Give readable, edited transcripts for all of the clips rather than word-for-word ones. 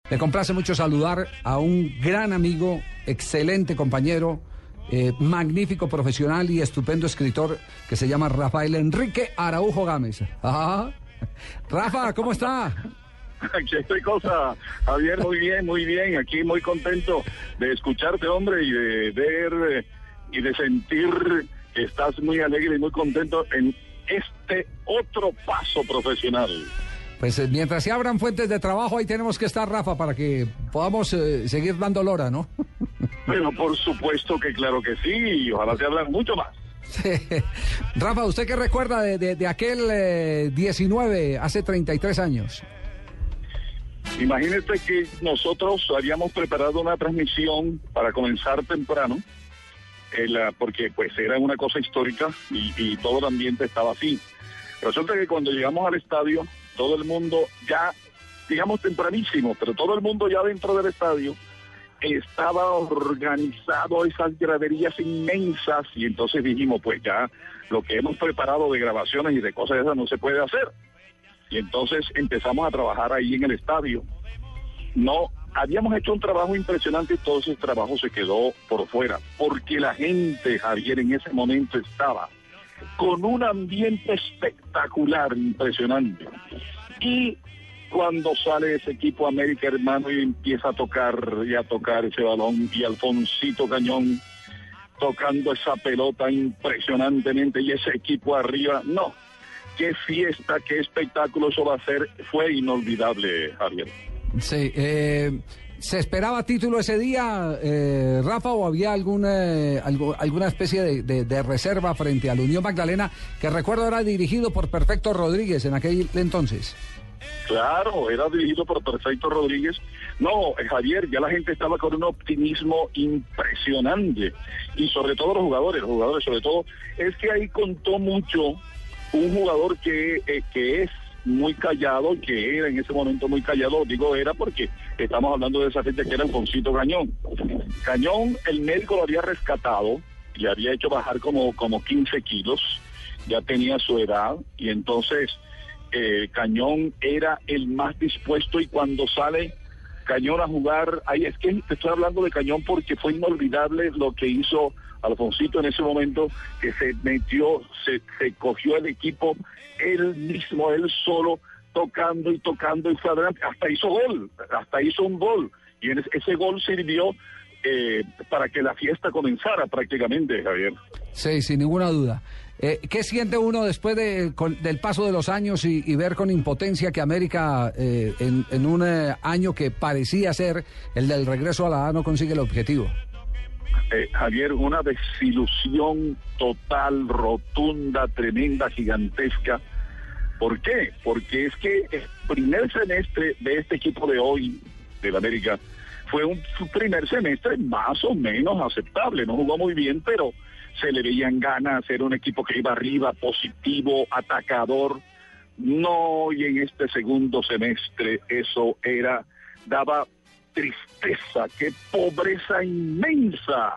Me complace mucho saludar a un gran amigo, excelente compañero, magnífico profesional y estupendo escritor que se llama Rafael Enrique Araujo Gámez. Ajá. Rafa, ¿cómo está? Aquí estoy, Javier, muy bien, aquí muy contento de escucharte, hombre, y de ver y de sentir que estás muy alegre y muy contento en este otro paso profesional. Pues mientras se abran fuentes de trabajo, ahí tenemos que estar, Rafa, para que podamos seguir dando lora, ¿no? Bueno, por supuesto que claro que sí, y ojalá se hablan mucho más. Sí. Rafa, ¿usted qué recuerda de aquel 19, hace 33 años? Imagínate que nosotros habíamos preparado una transmisión para comenzar temprano, porque pues era una cosa histórica y todo el ambiente estaba así. Resulta que cuando llegamos al estadio, todo el mundo ya, digamos tempranísimo, pero todo el mundo ya dentro del estadio estaba organizado, esas graderías inmensas, y entonces dijimos, pues ya lo que hemos preparado de grabaciones y de cosas de esas no se puede hacer. Y entonces empezamos a trabajar ahí en el estadio. No, habíamos hecho un trabajo impresionante y todo ese trabajo se quedó por fuera, porque la gente, Javier, en ese momento estaba con un ambiente espectacular, impresionante. Y cuando sale ese equipo América, hermano, y empieza a tocar ese balón, y Alfonsito Cañón tocando esa pelota impresionantemente, y ese equipo arriba, no, qué fiesta, qué espectáculo eso va a ser, fue inolvidable, Javier. Sí, ¿se esperaba título ese día, Rafa, o había alguna especie de reserva frente a la Unión Magdalena, que recuerdo era dirigido por Perfecto Rodríguez en aquel entonces? Claro, era dirigido por Perfecto Rodríguez. No, Javier, ya la gente estaba con un optimismo impresionante, y sobre todo los jugadores sobre todo, es que ahí contó mucho un jugador que es muy callado, que era en ese momento muy callado, digo era porque estamos hablando de esa gente que era Alfonsito Cañón. Cañón, el médico lo había rescatado y había hecho bajar como 15 kilos, ya tenía su edad, y entonces Cañón era el más dispuesto, y cuando sale Cañón a jugar, ahí es que te estoy hablando de Cañón porque fue inolvidable lo que hizo Alfonsito en ese momento, que se metió, se cogió el equipo él mismo, él solo, tocando y fue adelante, hasta hizo un gol, y ese gol sirvió para que la fiesta comenzara prácticamente, Javier. Sí, sin ninguna duda. ¿Qué siente uno después del paso de los años y ver con impotencia que América en un año que parecía ser el del regreso a la A no consigue el objetivo? Javier, una desilusión total, rotunda, tremenda, gigantesca. ¿Por qué? Porque es que el primer semestre de este equipo de hoy, del América, fue un primer semestre más o menos aceptable. No jugó muy bien, pero se le veían ganas, era un equipo que iba arriba, positivo, atacador. No, y en este segundo semestre eso daba tristeza, qué pobreza inmensa.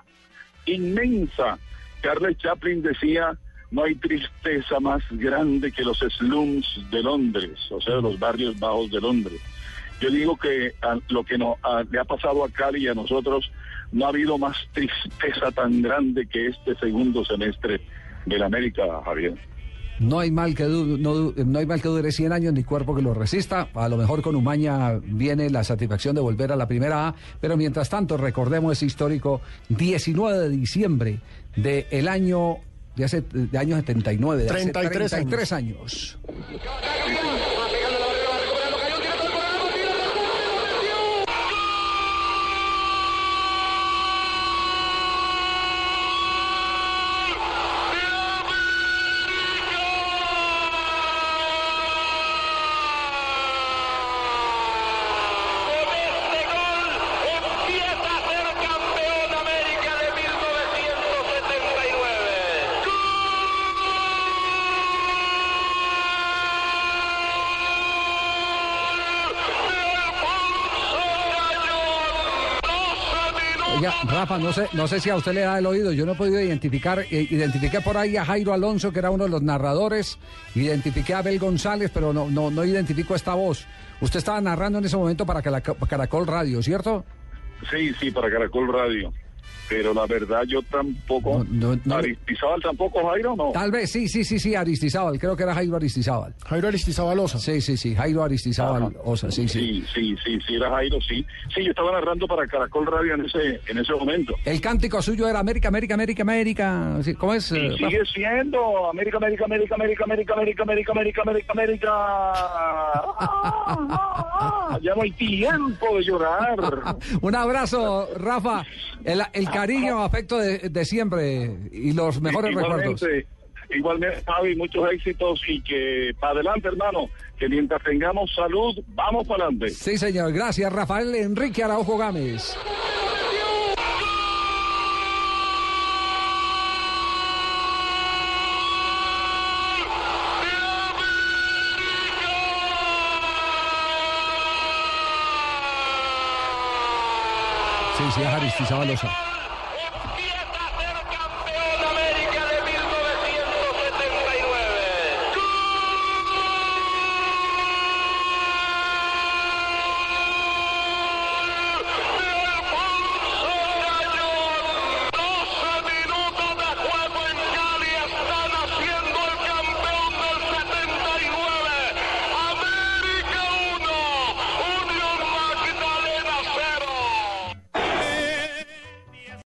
Charles Chaplin decía, no hay tristeza más grande que los slums de Londres, o sea, los barrios bajos de Londres. Yo digo que lo que le ha pasado a Cali y a nosotros, no ha habido más tristeza tan grande que este segundo semestre del América, Javier. No hay mal que dure 100 años ni cuerpo que lo resista. A lo mejor con Umaña viene la satisfacción de volver a la primera A, pero mientras tanto recordemos ese histórico 19 de diciembre del año de año 79, de 33 años. Oiga, Rafa, no sé si a usted le da el oído, yo no he podido identifiqué por ahí a Jairo Alonso, que era uno de los narradores, identifiqué a Abel González, pero no identifico esta voz. Usted estaba narrando en ese momento para Caracol Radio, ¿cierto? Sí, para Caracol Radio. Pero la verdad yo tampoco... ¿Aristizábal tampoco, Jairo, no? Tal vez, sí, Aristizábal, creo que era Jairo Aristizábal. Jairo Aristizábal Osa. Sí, Jairo Aristizábal Osa, sí, era Jairo, sí. Sí, yo estaba narrando para Caracol Radio en ese momento. El cántico suyo era América, ¿sí? ¿Cómo es? Y sigue siendo América. Ya no hay tiempo de llorar. Un abrazo, Rafa. El cariño, afecto de siempre y los mejores recuerdos. Igualmente, Javi, muchos éxitos y que para adelante, hermano, que mientras tengamos salud, vamos para adelante. Sí, señor. Gracias, Rafael Enrique Araujo Gámez. Sí, es Aristizábal Osa.